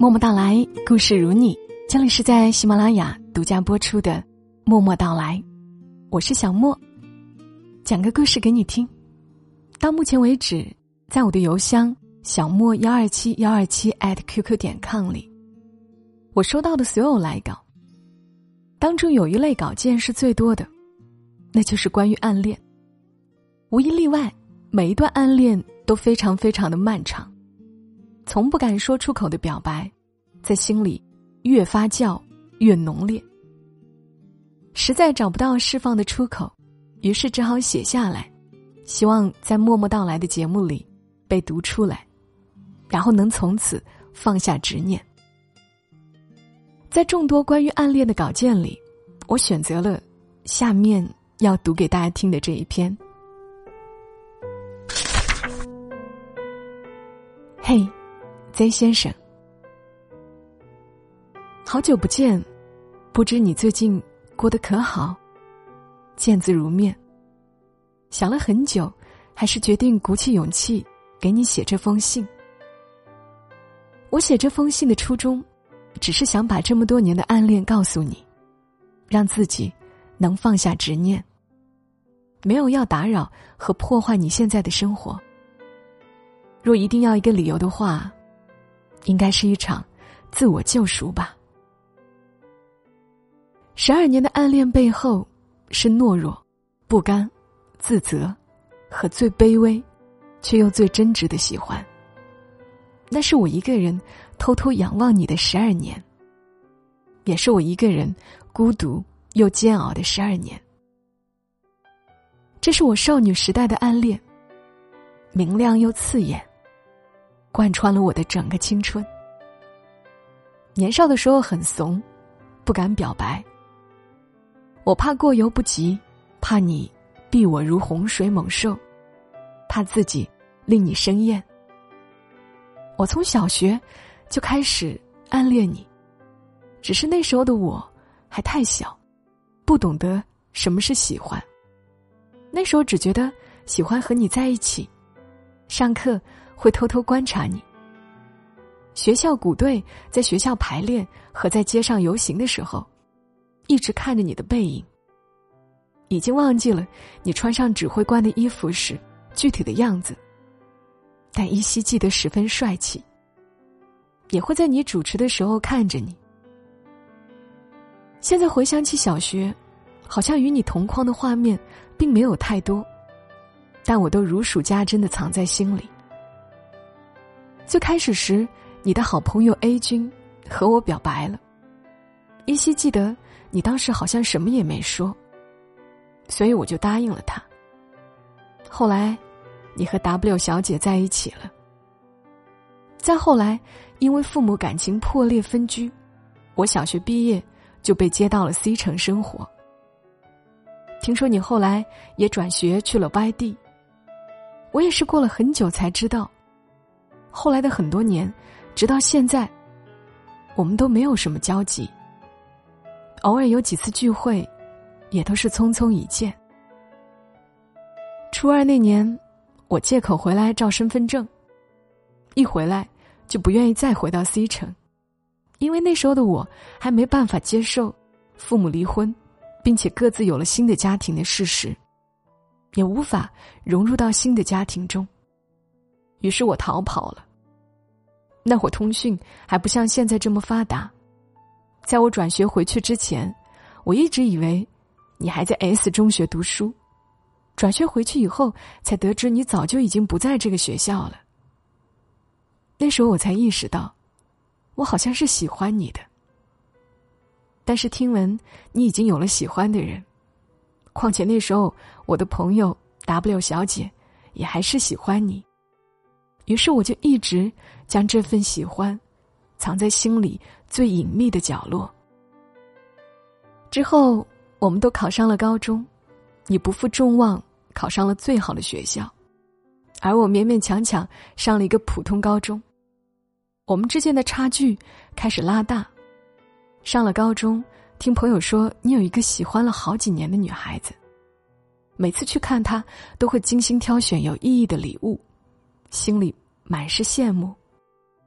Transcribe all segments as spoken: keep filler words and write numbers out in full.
默默到来，故事如你。这里是在喜马拉雅独家播出的默默到来，我是小默，讲个故事给你听。到目前为止，在我的邮箱小默一二七一二七 at qq 点 com 里，我收到的所有来稿当中，有一类稿件是最多的，那就是关于暗恋。无一例外，每一段暗恋都非常非常的漫长，从不敢说出口的表白，在心里越发酵越浓烈。实在找不到释放的出口，于是只好写下来，希望在默默到来的节目里被读出来，然后能从此放下执念。在众多关于暗恋的稿件里，我选择了下面要读给大家听的这一篇。嘿，Z 先生，好久不见，不知你最近过得可好？见字如面。想了很久，还是决定鼓起勇气给你写这封信。我写这封信的初衷，只是想把这么多年的暗恋告诉你，让自己能放下执念，没有要打扰和破坏你现在的生活。若一定要一个理由的话，应该是一场自我救赎吧。十二年的暗恋背后，是懦弱、不甘、自责和最卑微却又最真挚的喜欢。那是我一个人偷偷仰望你的十二年，也是我一个人孤独又煎熬的十二年。这是我少女时代的暗恋，明亮又刺眼，贯穿了我的整个青春。年少的时候很怂，不敢表白，我怕过犹不及，怕你避我如洪水猛兽，怕自己令你生厌。我从小学就开始暗恋你，只是那时候的我还太小，不懂得什么是喜欢。那时候只觉得喜欢和你在一起，上课会偷偷观察你，学校鼓队在学校排练和在街上游行的时候，一直看着你的背影。已经忘记了你穿上指挥官的衣服时具体的样子，但依稀记得十分帅气。也会在你主持的时候看着你。现在回想起小学，好像与你同框的画面并没有太多，但我都如数家珍地藏在心里。最开始时，你的好朋友 A 君和我表白了，依稀记得你当时好像什么也没说，所以我就答应了他。后来你和 W 小姐在一起了。再后来，因为父母感情破裂分居，我小学毕业就被接到了 C 城生活。听说你后来也转学去了 Y D， 我也是过了很久才知道。后来的很多年，直到现在，我们都没有什么交集，偶尔有几次聚会，也都是匆匆一见。初二那年，我借口回来照身份证，一回来就不愿意再回到 C 城，因为那时候的我还没办法接受父母离婚，并且各自有了新的家庭的事实，也无法融入到新的家庭中。于是我逃跑了。那会儿通讯还不像现在这么发达，在我转学回去之前，我一直以为你还在 S 中学读书，转学回去以后才得知你早就已经不在这个学校了。那时候我才意识到，我好像是喜欢你的，但是听闻你已经有了喜欢的人，况且那时候我的朋友 W 小姐也还是喜欢你，于是我就一直将这份喜欢藏在心里最隐秘的角落。之后我们都考上了高中，你不负众望考上了最好的学校，而我勉勉强强上了一个普通高中。我们之间的差距开始拉大。上了高中，听朋友说你有一个喜欢了好几年的女孩子，每次去看她都会精心挑选有意义的礼物，心里满是羡慕。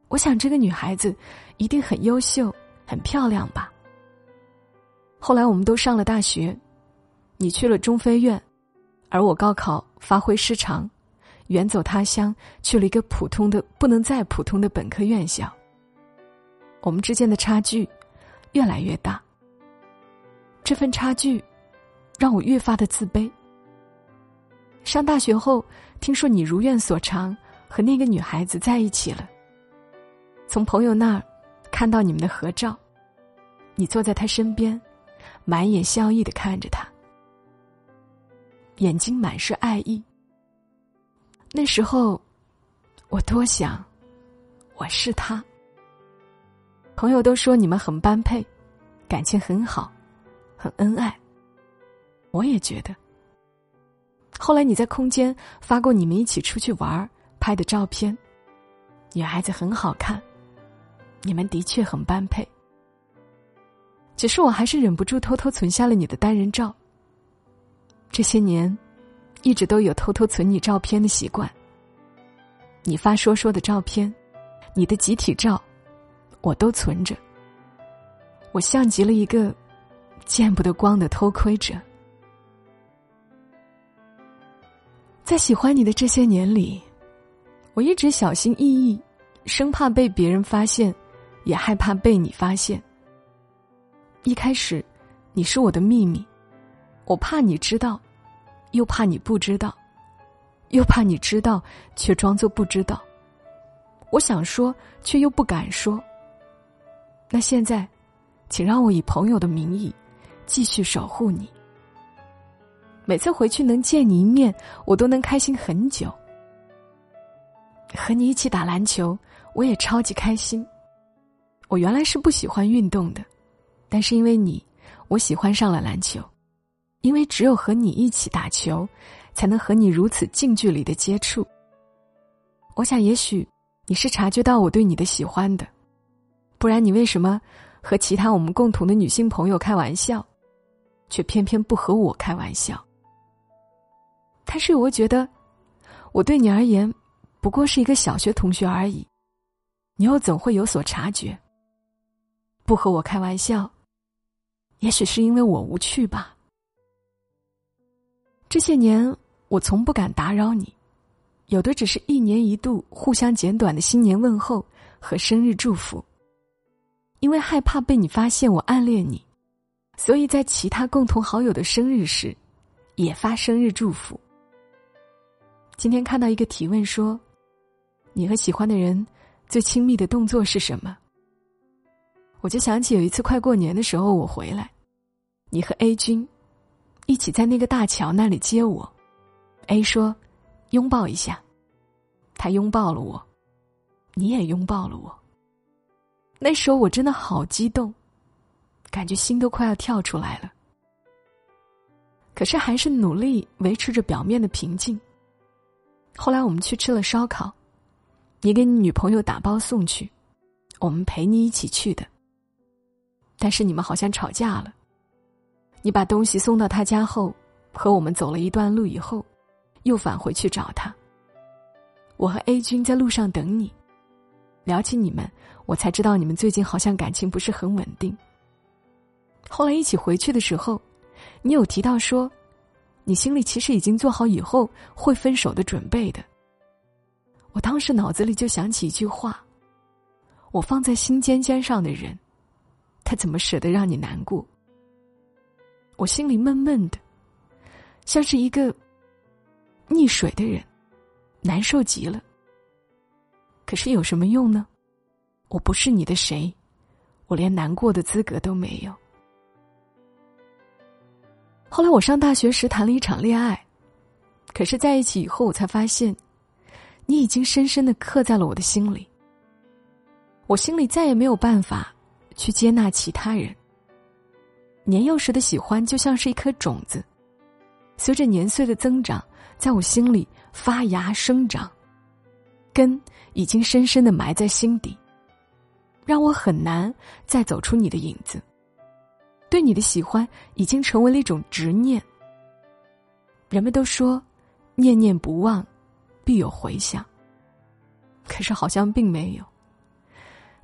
我想这个女孩子一定很优秀，很漂亮吧。后来我们都上了大学，你去了中非院，而我高考发挥失常，远走他乡，去了一个普通的不能再普通的本科院校。我们之间的差距越来越大，这份差距让我越发的自卑。上大学后，听说你如愿所偿，和那个女孩子在一起了。从朋友那儿看到你们的合照，你坐在她身边，满眼笑意地看着她，眼睛满是爱意。那时候，我多想，我是她。朋友都说你们很般配，感情很好，很恩爱。我也觉得。后来你在空间发过你们一起出去玩拍的照片，女孩子很好看，你们的确很般配。只是我还是忍不住偷偷存下了你的单人照。这些年，一直都有偷偷存你照片的习惯。你发说说的照片，你的集体照，我都存着。我像极了一个见不得光的偷窥者。在喜欢你的这些年里，我一直小心翼翼，生怕被别人发现，也害怕被你发现。一开始，你是我的秘密，我怕你知道，又怕你不知道，又怕你知道却装作不知道。我想说，却又不敢说。那现在，请让我以朋友的名义，继续守护你。每次回去能见你一面，我都能开心很久。和你一起打篮球，我也超级开心。我原来是不喜欢运动的，但是因为你，我喜欢上了篮球。因为只有和你一起打球，才能和你如此近距离的接触。我想也许你是察觉到我对你的喜欢的，不然你为什么和其他我们共同的女性朋友开玩笑，却偏偏不和我开玩笑？但是我觉得，我对你而言，不过是一个小学同学而已，你又怎会有所察觉？不和我开玩笑，也许是因为我无趣吧。这些年，我从不敢打扰你，有的只是一年一度互相简短的新年问候和生日祝福。因为害怕被你发现我暗恋你，所以在其他共同好友的生日时，也发生日祝福。今天看到一个提问说，你和喜欢的人最亲密的动作是什么？我就想起有一次快过年的时候我回来，你和 A 君一起在那个大桥那里接我。 A 说拥抱一下，他拥抱了我，你也拥抱了我。那时候我真的好激动，感觉心都快要跳出来了。可是还是努力维持着表面的平静。后来我们去吃了烧烤，你给你女朋友打包送去，我们陪你一起去的。但是你们好像吵架了，你把东西送到他家后，和我们走了一段路以后，又返回去找他。我和 A 君在路上等你，聊起你们，我才知道你们最近好像感情不是很稳定。后来一起回去的时候，你有提到说，你心里其实已经做好以后会分手的准备的。我当时脑子里就想起一句话，我放在心尖尖上的人，他怎么舍得让你难过？我心里闷闷的，像是一个溺水的人，难受极了。可是有什么用呢？我不是你的谁，我连难过的资格都没有。后来我上大学时谈了一场恋爱，可是在一起以后我才发现，你已经深深地刻在了我的心里。我心里再也没有办法去接纳其他人。年幼时的喜欢就像是一颗种子，随着年岁的增长，在我心里发芽生长，根已经深深地埋在心底，让我很难再走出你的影子。对你的喜欢已经成为了一种执念。人们都说念念不忘必有回响，可是好像并没有。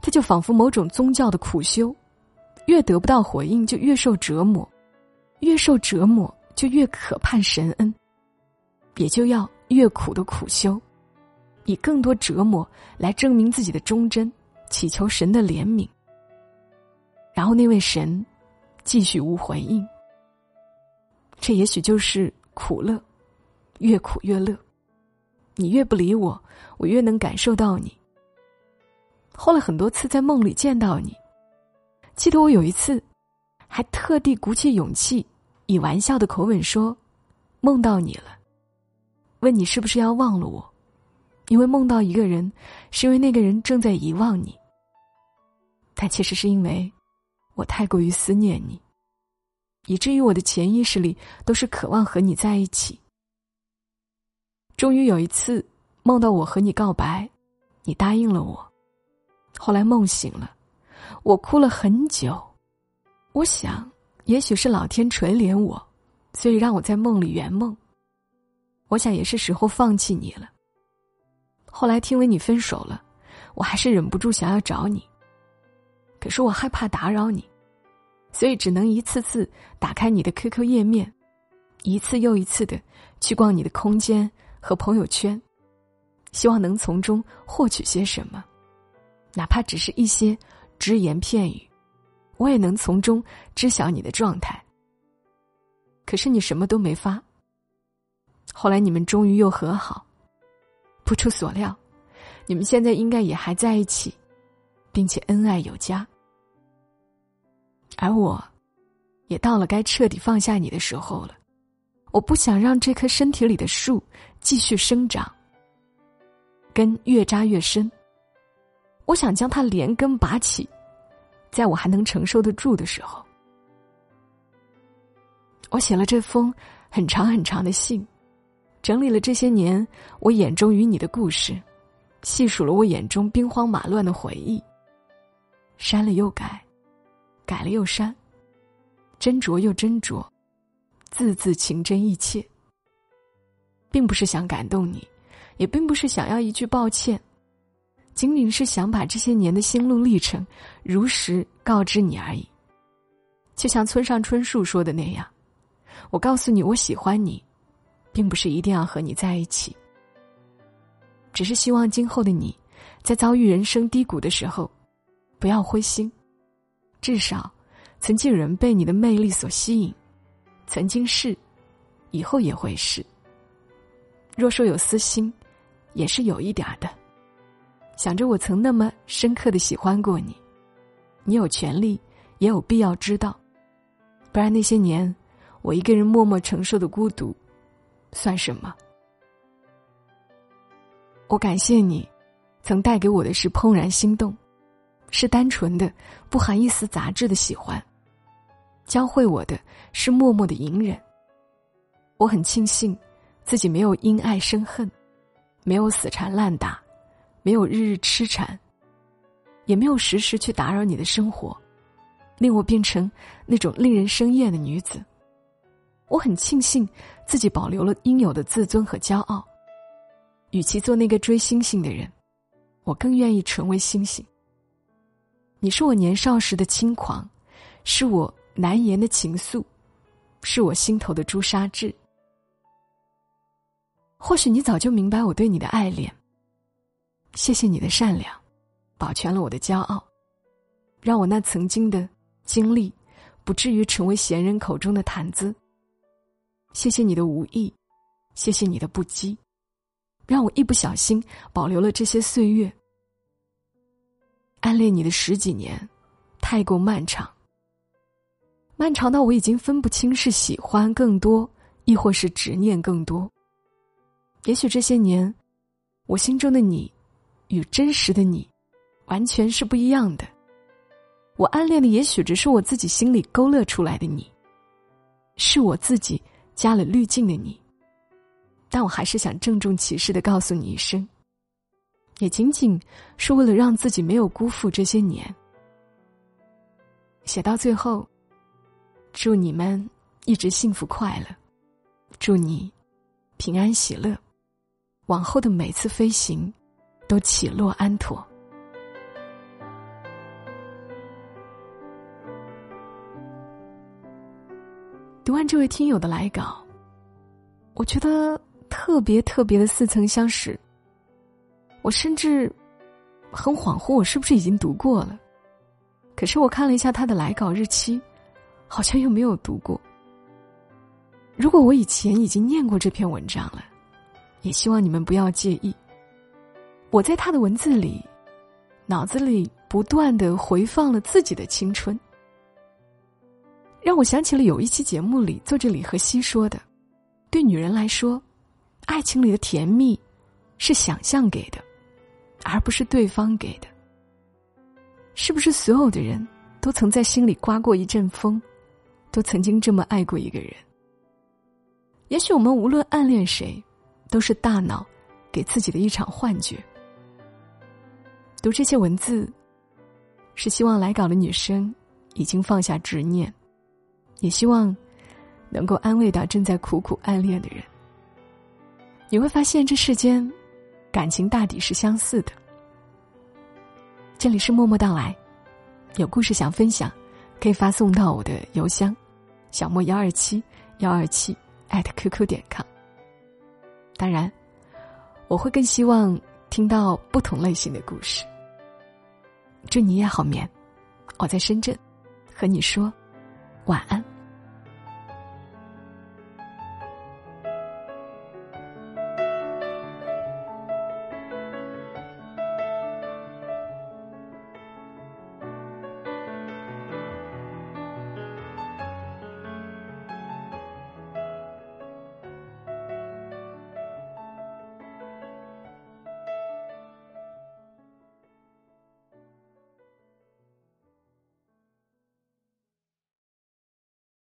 它就仿佛某种宗教的苦修，越得不到回应就越受折磨，越受折磨就越渴盼神恩，也就要越苦的苦修，以更多折磨来证明自己的忠贞，祈求神的怜悯。然后那位神继续无回应。这也许就是苦乐，越苦越乐。你越不理我，我越能感受到你。后来很多次在梦里见到你，记得我有一次还特地鼓起勇气，以玩笑的口吻说梦到你了，问你是不是要忘了我，因为梦到一个人是因为那个人正在遗忘你，但其实是因为我太过于思念你，以至于我的潜意识里都是渴望和你在一起。终于有一次梦到我和你告白，你答应了我。后来梦醒了，我哭了很久。我想也许是老天垂怜我，所以让我在梦里圆梦。我想也是时候放弃你了。后来听闻你分手了，我还是忍不住想要找你，可是我害怕打扰你，所以只能一次次打开你的 Q Q 页面，一次又一次的去逛你的空间和朋友圈，希望能从中获取些什么，哪怕只是一些只言片语，我也能从中知晓你的状态。可是你什么都没发。后来你们终于又和好，不出所料，你们现在应该也还在一起，并且恩爱有加。而我也到了该彻底放下你的时候了。我不想让这棵身体里的树继续生长，根越扎越深。我想将它连根拔起，在我还能承受得住的时候。我写了这封很长很长的信，整理了这些年我眼中与你的故事，细数了我眼中兵荒马乱的回忆，删了又改，改了又删，斟酌又斟酌，字字情真意切。并不是想感动你，也并不是想要一句抱歉，仅仅是想把这些年的心路历程如实告知你而已。就像村上春树说的那样，我告诉你我喜欢你，并不是一定要和你在一起，只是希望今后的你在遭遇人生低谷的时候不要灰心，至少曾经有人被你的魅力所吸引，曾经是，以后也会是。若说有私心，也是有一点的，想着我曾那么深刻地喜欢过你，你有权利也有必要知道，不然那些年我一个人默默承受的孤独算什么？我感谢你曾带给我的是怦然心动，是单纯的不含一丝杂质的喜欢，教会我的是默默的隐忍。我很庆幸自己没有因爱生恨，没有死缠烂打，没有日日痴缠，也没有时时去打扰你的生活，令我变成那种令人生厌的女子。我很庆幸自己保留了应有的自尊和骄傲，与其做那个追星星的人，我更愿意成为星星。你是我年少时的轻狂，是我难言的情愫，是我心头的朱砂痣。或许你早就明白我对你的爱恋，谢谢你的善良，保全了我的骄傲，让我那曾经的经历不至于成为闲人口中的谈资。谢谢你的无意，谢谢你的不羁，让我一不小心保留了这些岁月。暗恋你的十几年太过漫长，漫长到我已经分不清是喜欢更多，亦或是执念更多。也许这些年我心中的你与真实的你完全是不一样的。我暗恋的也许只是我自己心里勾勒出来的你，是我自己加了滤镜的你，但我还是想郑重其事地告诉你一声，也仅仅是为了让自己没有辜负这些年。写到最后，祝你们一直幸福快乐，祝你平安喜乐，往后的每次飞行都起落安妥。 读完这位听友的来稿，我觉得特别特别的似曾相识。我甚至很恍惚，我是不是已经读过了？可是我看了一下他的来稿日期，好像又没有读过。如果我以前已经念过这篇文章了，也希望你们不要介意。我在他的文字里，脑子里不断地回放了自己的青春，让我想起了有一期节目里作者李荷熙说的，对女人来说，爱情里的甜蜜是想象给的，而不是对方给的。是不是所有的人都曾在心里刮过一阵风，都曾经这么爱过一个人？也许我们无论暗恋谁，都是大脑给自己的一场幻觉。读这些文字，是希望来稿的女生已经放下执念，也希望能够安慰到正在苦苦暗恋的人。你会发现这世间感情大抵是相似的。这里是默默到来，有故事想分享，可以发送到我的邮箱小莫幺二七幺二七艾特 Q Q 点 com。当然，我会更希望听到不同类型的故事。祝你也好眠，我在深圳和你说晚安。